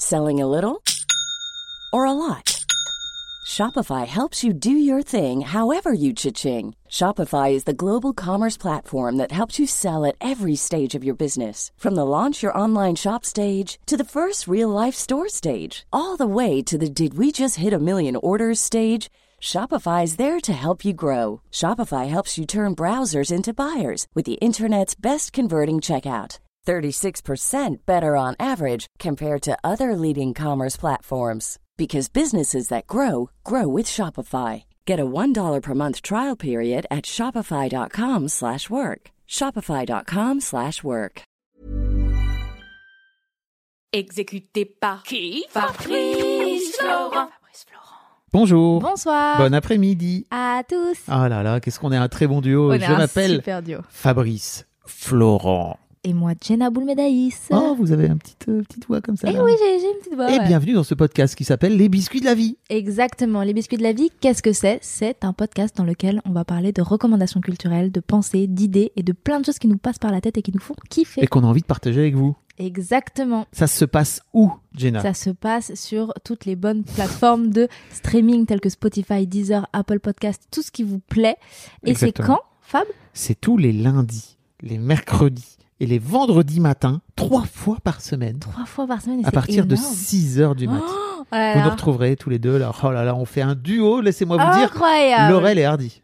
Selling a little or a lot? Shopify helps you do your thing however you cha-ching. Shopify is the global commerce platform that helps you sell at every stage of your business. From the launch your online shop stage to the first real-life store stage, all the way to the did we just hit a million orders stage. Shopify is there to help you grow. Shopify helps you turn browsers into buyers with the internet's best converting checkout. 36% better on average compared to other leading commerce platforms. Because businesses that grow, grow with Shopify. Get a $1 per month trial period at shopify.com/work. Shopify.com/work. Exécuté par qui? Fabrice Florent. Bonjour. Bonsoir. Bon après-midi. À tous. Ah là là, qu'est-ce qu'on est un très bon duo. On est Je un m'appelle super duo. Fabrice Florent. Et moi, Jenna Boulmedaïs. Oh, vous avez une petite voix comme ça. Eh là. oui, j'ai une petite voix. Et ouais. bienvenue dans ce podcast qui s'appelle Les Biscuits de la Vie. Exactement. Les biscuits de la vie, qu'est-ce que c'est? C'est un podcast dans lequel on va parler de recommandations culturelles, de pensées, d'idées et de plein de choses qui nous passent par la tête et qui nous font kiffer. Et qu'on a envie de partager avec vous. Exactement. Ça se passe où, Jenna? Ça se passe sur toutes les bonnes plateformes de streaming telles que Spotify, Deezer, Apple Podcast, tout ce qui vous plaît. Et Exactement. c'est quand, Fab? C'est tous les lundis, les mercredis et les vendredis matins, 3 fois par semaine. 3 fois par semaine. Et À c'est partir de énorme. 6h du mat. Oh là Vous là. nous retrouverez tous les deux. Là. Oh là là, on fait un duo, laissez-moi vous dire. Incroyable. Laurel et Hardy.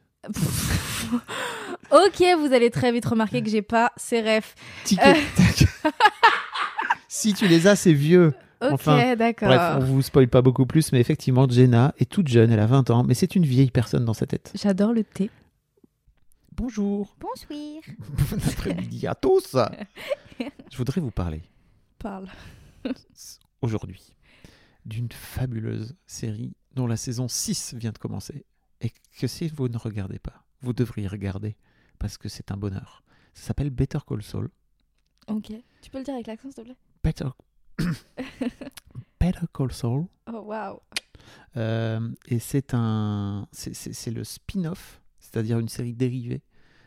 Ok, vous allez très vite remarquer que j'ai pas ces refs. Tic et tac. Si tu les as, c'est vieux. Ok, Enfin, d'accord. Bref, on vous spoil pas beaucoup plus, mais effectivement, Jenna est toute jeune, elle a 20 ans, mais c'est une vieille personne dans sa tête. J'adore le thé. Bonjour. Bonsoir. Bon après-midi à tous. Je voudrais vous parler Parle. aujourd'hui d'une fabuleuse série dont la saison 6 vient de commencer et que si vous ne regardez pas, vous devriez regarder parce que c'est un bonheur. Ça s'appelle Better Call Saul. Ok. Tu peux le dire avec l'accent, s'il te plaît? Better, Better Call Saul. Oh, waouh. Et c'est le spin-off, c'est-à-dire une série dérivée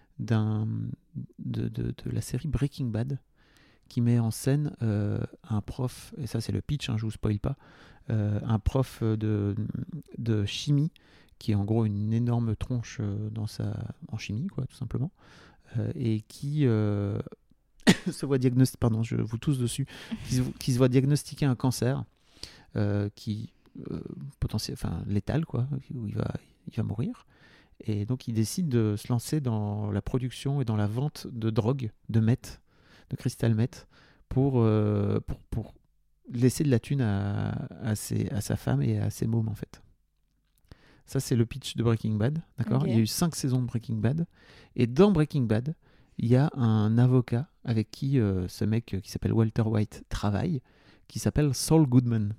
de la série Breaking Bad, qui met en scène un prof, et ça c'est le pitch, je vous spoil pas, un prof de chimie qui est en gros une énorme tronche en chimie, quoi, tout simplement, et qui se voit diagnostiquer, pardon, je vous tousse dessus, qui se voit diagnostiquer un cancer qui potentiel, enfin létal, quoi, où il va mourir. Et donc il décide de se lancer dans la production et dans la vente de drogue, de meth, de cristal meth, pour laisser de la thune à sa femme et à ses mômes, en fait. Ça, c'est le pitch de Breaking Bad, d'accord ? Ok. Il y a eu 5 saisons de Breaking Bad. Et dans Breaking Bad, il y a un avocat avec qui ce mec qui s'appelle Walter White travaille, qui s'appelle Saul Goodman.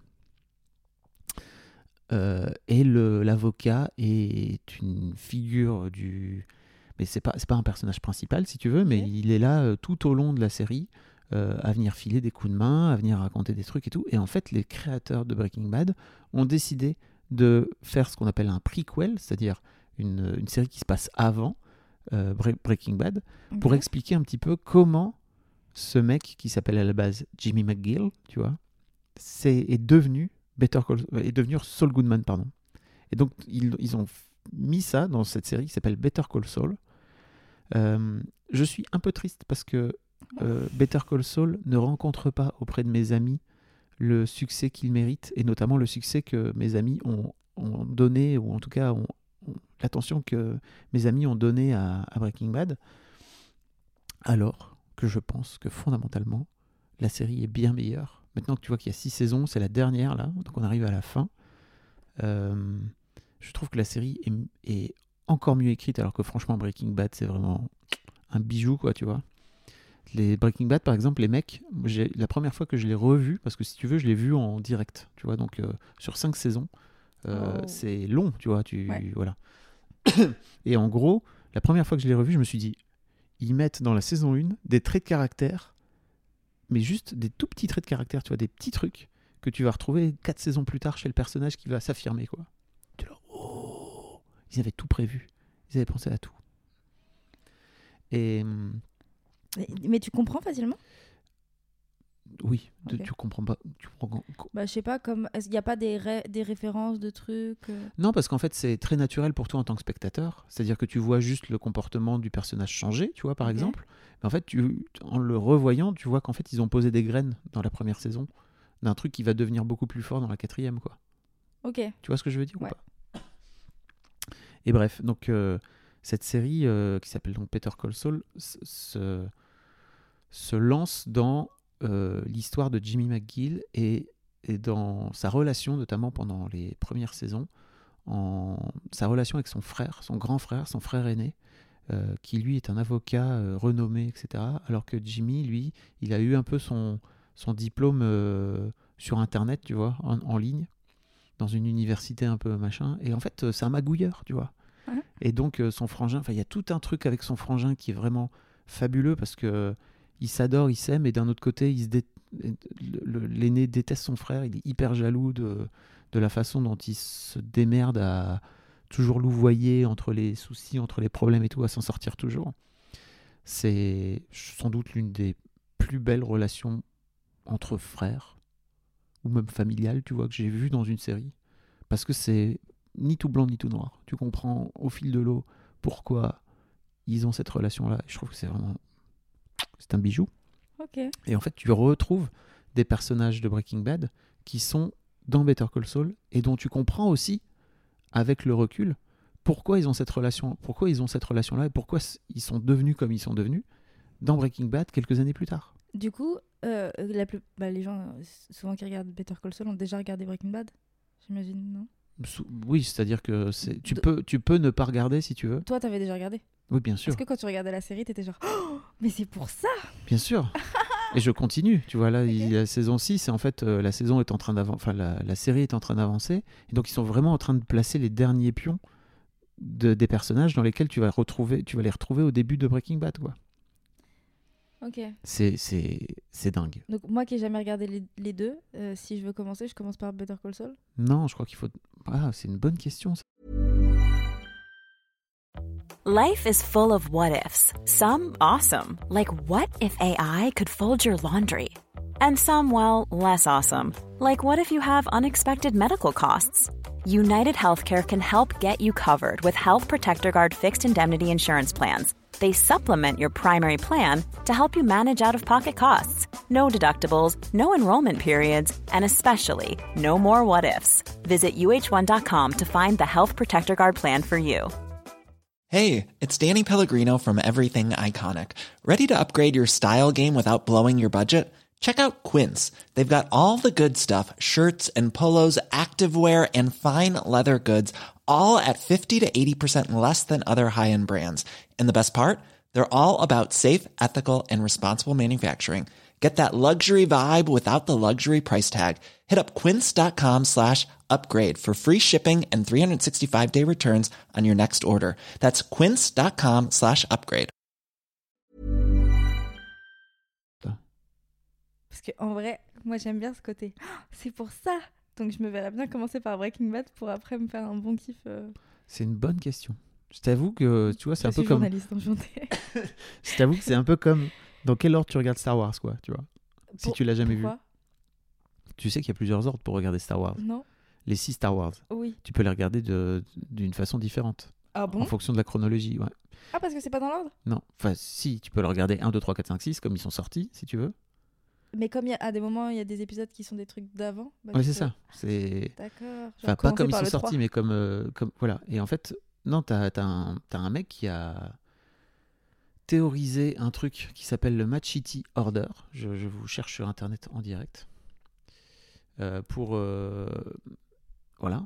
Et l'avocat est une figure mais c'est pas un personnage principal, si tu veux, mais il est là tout au long de la série, à venir filer des coups de main, à venir raconter des trucs et tout. Et en fait, les créateurs de Breaking Bad ont décidé de faire ce qu'on appelle un prequel, c'est-à-dire une série qui se passe avant Breaking Bad, pour expliquer un petit peu comment ce mec qui s'appelle à la base Jimmy McGill, tu vois, est devenu Saul Goodman, pardon. Et donc ils ont mis ça dans cette série qui s'appelle Better Call Saul. Je suis un peu triste parce que Better Call Saul ne rencontre pas auprès de mes amis le succès qu'il mérite, et notamment le succès que mes amis ont donné, ou en tout cas l'attention que mes amis ont donné à Breaking Bad, alors que je pense que fondamentalement la série est bien meilleure. Maintenant que tu vois qu'il y a 6 saisons, c'est la dernière là, donc on arrive à la fin. Je trouve que la série est encore mieux écrite, alors que franchement Breaking Bad c'est vraiment un bijou, quoi, tu vois. Les Breaking Bad par exemple, les mecs, la première fois que je l'ai revu, parce que si tu veux je l'ai vu en direct, tu vois, donc sur 5 saisons, c'est long, tu vois, voilà. Et en gros, la première fois que je l'ai revu, je me suis dit, ils mettent dans la saison 1 des traits de caractère, mais juste des tout petits traits de caractère, tu vois, des petits trucs que tu vas retrouver 4 saisons plus tard chez le personnage qui va s'affirmer, quoi. Tu es là, oh, ils avaient tout prévu, ils avaient pensé à tout. Et Mais tu comprends facilement? Oui, Ok. tu comprends pas. Bah, je sais pas, est-ce qu'il n'y a pas des références de trucs Non, parce qu'en fait, c'est très naturel pour toi en tant que spectateur. C'est-à-dire que tu vois juste le comportement du personnage changer, tu vois, par Ok. exemple. Mais en fait, en le revoyant, tu vois qu'en fait, ils ont posé des graines dans la première saison d'un truc qui va devenir beaucoup plus fort dans la 4e, quoi. Ok. Tu vois ce que je veux dire ou Ouais. pas? Et bref, donc cette série qui s'appelle donc Better Call Saul se lance dans l'histoire de Jimmy McGill et dans sa relation, notamment pendant les premières saisons, sa relation avec son frère, son grand frère, son frère aîné, qui lui est un avocat renommé, etc. Alors que Jimmy, lui, il a eu un peu son diplôme sur Internet, tu vois, en ligne, dans une université un peu machin. Et en fait, c'est un magouilleur, tu vois. Ouais. Et donc, son frangin, il y a tout un truc avec son frangin qui est vraiment fabuleux parce que il s'adore, il s'aime, et d'un autre côté, l'aîné déteste son frère, il est hyper jaloux de la façon dont il se démerde à toujours louvoyer entre les soucis, entre les problèmes et tout, à s'en sortir toujours. C'est sans doute l'une des plus belles relations entre frères, ou même familiales, tu vois, que j'ai vues dans une série. Parce que c'est ni tout blanc ni tout noir. Tu comprends au fil de l'eau pourquoi ils ont cette relation-là. Je trouve que c'est un bijou. Ok. Et en fait, tu retrouves des personnages de Breaking Bad qui sont dans Better Call Saul et dont tu comprends aussi, avec le recul, pourquoi ils ont cette relation-là et pourquoi ils sont devenus comme ils sont devenus dans Breaking Bad quelques années plus tard. Du coup, les gens souvent qui regardent Better Call Saul ont déjà regardé Breaking Bad, j'imagine, non? Oui, c'est-à-dire que tu peux ne pas regarder si tu veux. Toi, t'avais déjà regardé? Oui, bien sûr. Est-ce que quand tu regardais la série, t'étais genre oh, mais c'est pour ça? Bien sûr. Et je continue, tu vois, là, Ok. la saison 6, et en fait, la saison est en train d'avancer, enfin, la série est en train d'avancer, et donc ils sont vraiment en train de placer les derniers pions des personnages dans lesquels tu vas les retrouver au début de Breaking Bad, quoi. Ok. C'est dingue. Donc moi qui ai jamais regardé les deux, si je veux commencer, je commence par Better Call Saul. Non, je crois qu'il faut... Ah, c'est une bonne question, ça. Life is full of what-ifs. Some awesome, like what if AI could fold your laundry? And some, well, less awesome, like what if you have unexpected medical costs? United Healthcare can help get you covered with Health Protector Guard fixed indemnity insurance plans. They supplement your primary plan to help you manage out-of-pocket costs. No deductibles, no enrollment periods, and especially no more what-ifs. Visit uh1.com to find the Health Protector Guard plan for you. Hey, it's Danny Pellegrino from Everything Iconic. Ready to upgrade your style game without blowing your budget? Check out Quince. They've got all the good stuff, shirts and polos, activewear, and fine leather goods, all at 50 to 80% less than other high-end brands. And the best part? They're all about safe, ethical, and responsible manufacturing. Get that luxury vibe without the luxury price tag. Hit up quince.com/upgrade for free shipping and 365-day returns on your next order. That's quince.com/upgrade. Parce que en vrai, moi j'aime bien ce côté. Ah, c'est pour ça. Donc je me verrais bien commencer par Breaking Bad pour après me faire un bon kiff. C'est une bonne question. Je t'avoue que, tu vois, c'est un Je peu suis comme... journaliste enchantée. Je t'avoue que c'est un peu comme... Dans quel ordre tu regardes Star Wars, quoi, tu vois? Si tu l'as jamais vu. Pourquoi? Tu sais qu'il y a plusieurs ordres pour regarder Star Wars. Non. Les 6 Star Wars. Oui. Tu peux les regarder d'une façon différente. Ah bon? En fonction de la chronologie, ouais. Ah, parce que c'est pas dans l'ordre? Non, enfin si, tu peux le regarder 1, 2, 3, 4, 5, 6 comme ils sont sortis, si tu veux. Mais comme à des moments, il y a des épisodes qui sont des trucs d'avant. Bah, Ouais, tu c'est peux- ça. C'est... D'accord. Enfin, pas comme ils sont sortis, mais comme... Voilà. Et en fait, non, t'as un mec qui a théorisé un truc qui s'appelle le Machete Order. Je vous cherche sur Internet en direct. Voilà.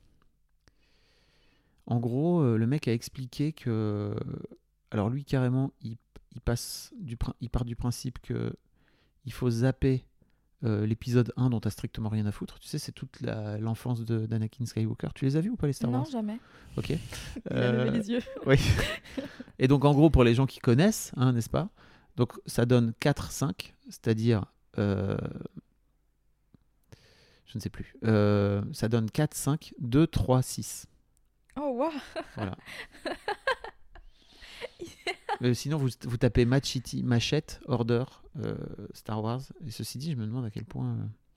En gros, le mec a expliqué que... Alors lui, carrément, il part du principe que il faut zapper l'épisode 1 dont t'as strictement rien à foutre. Tu sais, c'est toute l'enfance d'Anakin Skywalker. Tu les as vus ou pas, les Star Wars? Non, jamais. Ok. Il a levé les yeux. Oui. Et donc, en gros, pour les gens qui connaissent, hein, n'est-ce pas? Donc, ça donne 4-5, c'est-à-dire... je ne sais plus. Ça donne 4, 5, 2, 3, 6. Oh, waouh. Voilà. Sinon, vous tapez Machete, Order, Star Wars. Et ceci dit, je me demande à quel point...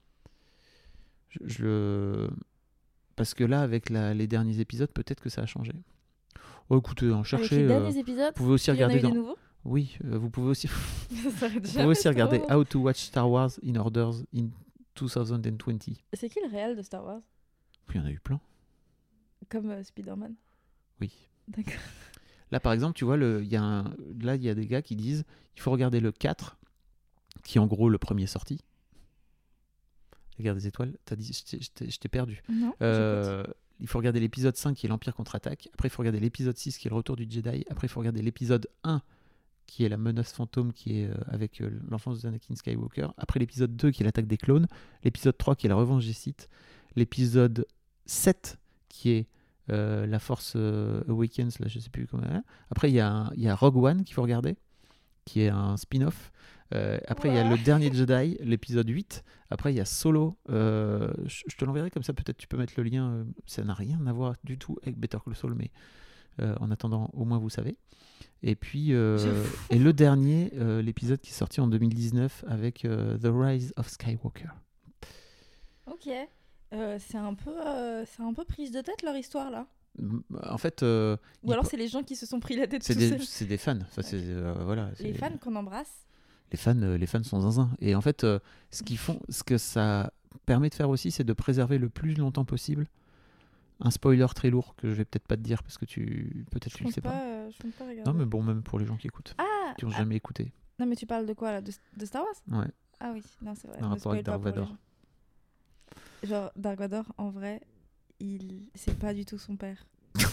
Parce que là, avec les derniers épisodes, peut-être que ça a changé. Oh, écoutez, cherchez... Avec les derniers épisodes, vous pouvez aussi il y en a regarder eu des nouveaux. Oui, vous pouvez aussi... Ça s'arrête Vous jamais, pouvez aussi c'est regarder trop. How to Watch Star Wars in Orders in 2020. C'est qui le réel de Star Wars? Puis il y en a eu plein. Comme Spider-Man. Oui. D'accord. Là, par exemple, tu vois, il y a des gars qui disent il faut regarder le 4, qui est en gros le premier sorti. La guerre des étoiles, t'as dit, je t'ai perdu. Non, j'écoute. Il faut regarder l'épisode 5 qui est l'Empire contre-attaque. Après, il faut regarder l'épisode 6 qui est le retour du Jedi. Après, il faut regarder l'épisode 1 qui est la menace fantôme qui est avec l'enfance d'Anakin Skywalker. Après, l'épisode 2 qui est l'attaque des clones. L'épisode 3 qui est la revanche des Sith. L'épisode 7 qui est la Force Awakens, là, je sais plus comment. Après, il y a Rogue One qu'il faut regarder, qui est un spin-off. Après, il y a le dernier Jedi, l'épisode 8. Après, il y a Solo. Je te l'enverrai comme ça, peut-être tu peux mettre le lien. Ça n'a rien à voir du tout avec Better Call Saul, mais en attendant, au moins vous savez. Et puis, et le dernier, l'épisode qui est sorti en 2019 avec The Rise of Skywalker. Ok. C'est un peu prise de tête leur histoire là. En fait, Ou alors c'est les gens qui se sont pris la tête tout c'est seuls. des fans. Enfin, voilà, Les fans qu'on embrasse. Les fans sont zinzin. Et en fait, ce que ça permet de faire aussi, c'est de préserver le plus longtemps possible un spoiler très lourd que je vais peut-être pas te dire parce que peut-être tu le sais pas. Je compte pas regarder. Non, mais bon, même pour les gens qui écoutent, qui ont jamais écouté. Non, mais tu parles de quoi là, de Star Wars? Ouais. Ah oui, non, c'est vrai. Un ne rapport avec spoil Dark pas pour les Vador. gens. Genre, Dark Vador, en vrai, c'est pas du tout son père.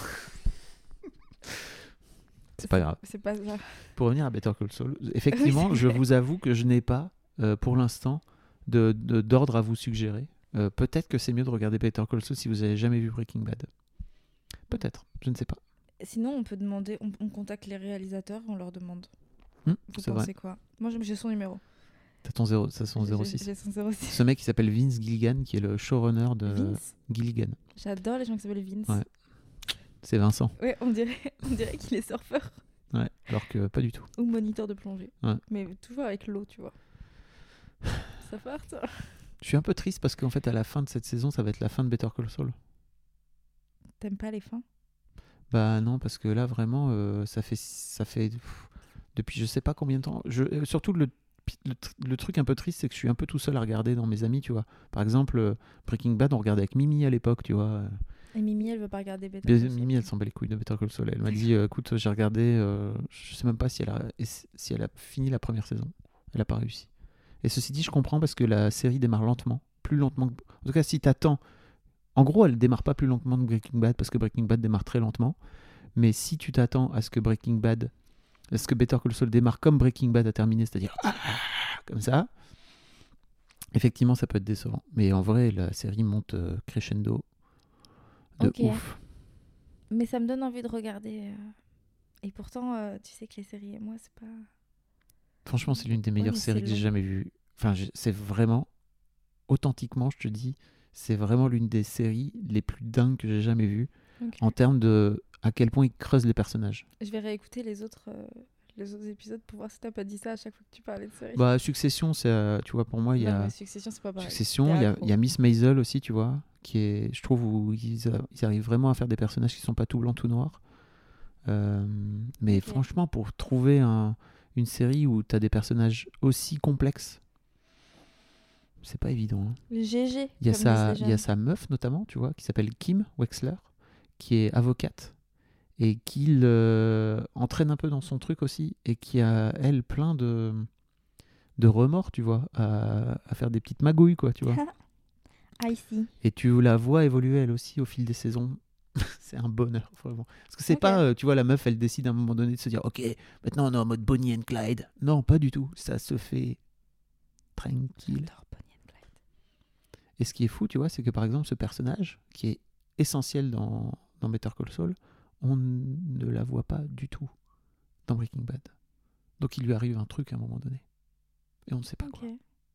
C'est pas grave. C'est pas ça. Pour revenir à Better Call Saul, effectivement, Oui, c'est je vrai. vous avoue que je n'ai pas, pour l'instant, d'ordre à vous suggérer. Peut-être que c'est mieux de regarder Better Call Saul si vous avez jamais vu Breaking Bad. Peut-être, je ne sais pas. Sinon, on peut demander, on contacte les réalisateurs, on leur demande. Vous Vous pensez quoi? Moi, j'ai son numéro. T'as son 06. J'ai son 06. Ce mec qui s'appelle Vince Gilligan, qui est le showrunner de Vince? Gilligan. J'adore les gens qui s'appellent Vince. Ouais. C'est Vincent. Ouais, on dirait qu'il est surfeur Ouais, alors que pas du tout. ou moniteur de plongée. Ouais. Mais toujours avec l'eau, tu vois. Ça part, ça. Je suis un peu triste parce qu'en fait, à la fin de cette saison, ça va être la fin de Better Call Saul. T'aimes pas les fins? Bah non, parce que là, vraiment, ça fait depuis je sais pas combien de temps. Surtout, le truc un peu triste, c'est que je suis un peu tout seul à regarder dans mes amis, tu vois. Par exemple, Breaking Bad, on regardait avec Mimi à l'époque, tu vois. Et Mimi, elle veut pas regarder Better Call Saul. Mimi, elle s'en bat les couilles de Better Call Saul. Elle m'a dit, écoute, j'ai regardé, je sais même pas si elle a fini la première saison. Elle a pas réussi. Et ceci dit, je comprends parce que la série démarre lentement, plus lentement. En tout cas, si t'attends, en gros, elle démarre pas plus lentement que Breaking Bad parce que Breaking Bad démarre très lentement. Mais si tu t'attends à ce que Better Call Saul démarre comme Breaking Bad a terminé, c'est-à-dire comme ça, effectivement, ça peut être décevant. Mais en vrai, la série monte crescendo de Ok. ouf. Mais ça me donne envie de regarder. Et pourtant, tu sais que les séries et moi, c'est pas... Franchement, c'est l'une des meilleures mais séries c'est que j'ai long. jamais vues. Enfin, c'est vraiment, authentiquement, je te dis, c'est vraiment l'une des séries les plus dingues que j'ai jamais vues Ok. en termes de à quel point ils creusent les personnages. Je vais réécouter les autres épisodes pour voir si t'as pas dit ça à chaque fois que tu parlais de séries. Bah, Succession, c'est, tu vois, pour moi, il y Non, a mais Succession, c'est pas pareil. Succession, T'es il accro. y a Miss Maisel aussi, tu vois, qui est, je trouve, où ils arrivent vraiment à faire des personnages qui sont pas tout blanc, tout noir. Mais Ok. franchement, pour trouver une série où tu as des personnages aussi complexes, c'est pas évident. Hein. Le GG. Il y a comme disent les il y a jeunes. sa meuf notamment, tu vois, qui s'appelle Kim Wexler, qui est avocate et qui entraîne un peu dans son truc aussi et qui a, elle, plein de remords, tu vois, à faire des petites magouilles, quoi, tu vois. I see. Et tu la vois évoluer, elle aussi, au fil des saisons. C'est un bonheur, vraiment. Parce que c'est Ok. pas, tu vois, la meuf, elle décide à un moment donné de se dire, ok, maintenant on est en mode Bonnie and Clyde. Non, pas du tout. Ça se fait tranquille. J'adore Bonnie and Clyde. Et ce qui est fou, tu vois, c'est que par exemple, ce personnage, qui est essentiel dans Better Call Saul, on ne la voit pas du tout dans Breaking Bad. Donc il lui arrive un truc à un moment donné. Et on ne sait pas Ok. quoi.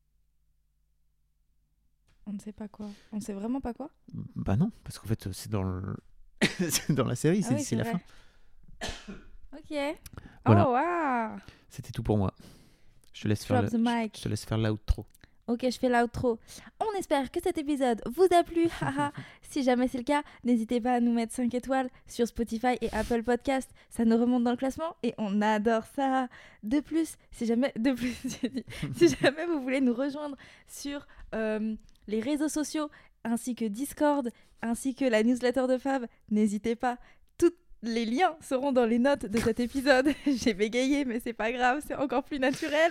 On ne sait pas quoi. On ne sait vraiment pas quoi. Bah non, parce qu'en fait, c'est dans c'est dans la série, Ah oui, c'est la vrai. fin. Ok. Voilà. Oh, wow. C'était tout pour moi. Je te laisse faire Drop the mic. je te laisse faire l'outro. Ok, je fais l'outro. On espère que cet épisode vous a plu. Haha. Si jamais c'est le cas, n'hésitez pas à nous mettre 5 étoiles sur Spotify et Apple Podcast. Ça nous remonte dans le classement et on adore ça. De plus, si jamais vous voulez nous rejoindre sur les réseaux sociaux ainsi que Discord, ainsi que la newsletter de Fab, n'hésitez pas. Tous les liens seront dans les notes de cet épisode. J'ai bégayé, mais c'est pas grave, c'est encore plus naturel.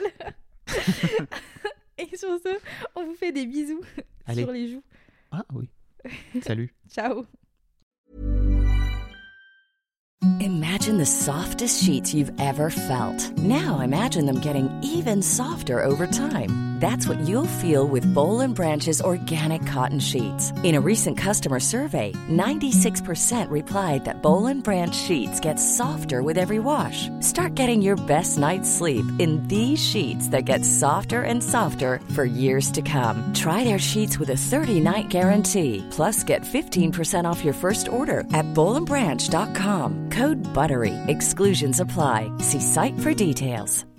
Et sur ce, on vous fait des bisous sur les joues. Ah oui. Salut. Ciao. Imagine the softest sheets you've ever felt. Now imagine them getting even softer over time. That's what you'll feel with Boll & Branch's organic cotton sheets. In a recent customer survey, 96% replied that Boll & Branch sheets get softer with every wash. Start getting your best night's sleep in these sheets that get softer and softer for years to come. Try their sheets with a 30-night guarantee. Plus, get 15% off your first order at bollandbranch.com. Code BUTTERY. Exclusions apply. See site for details.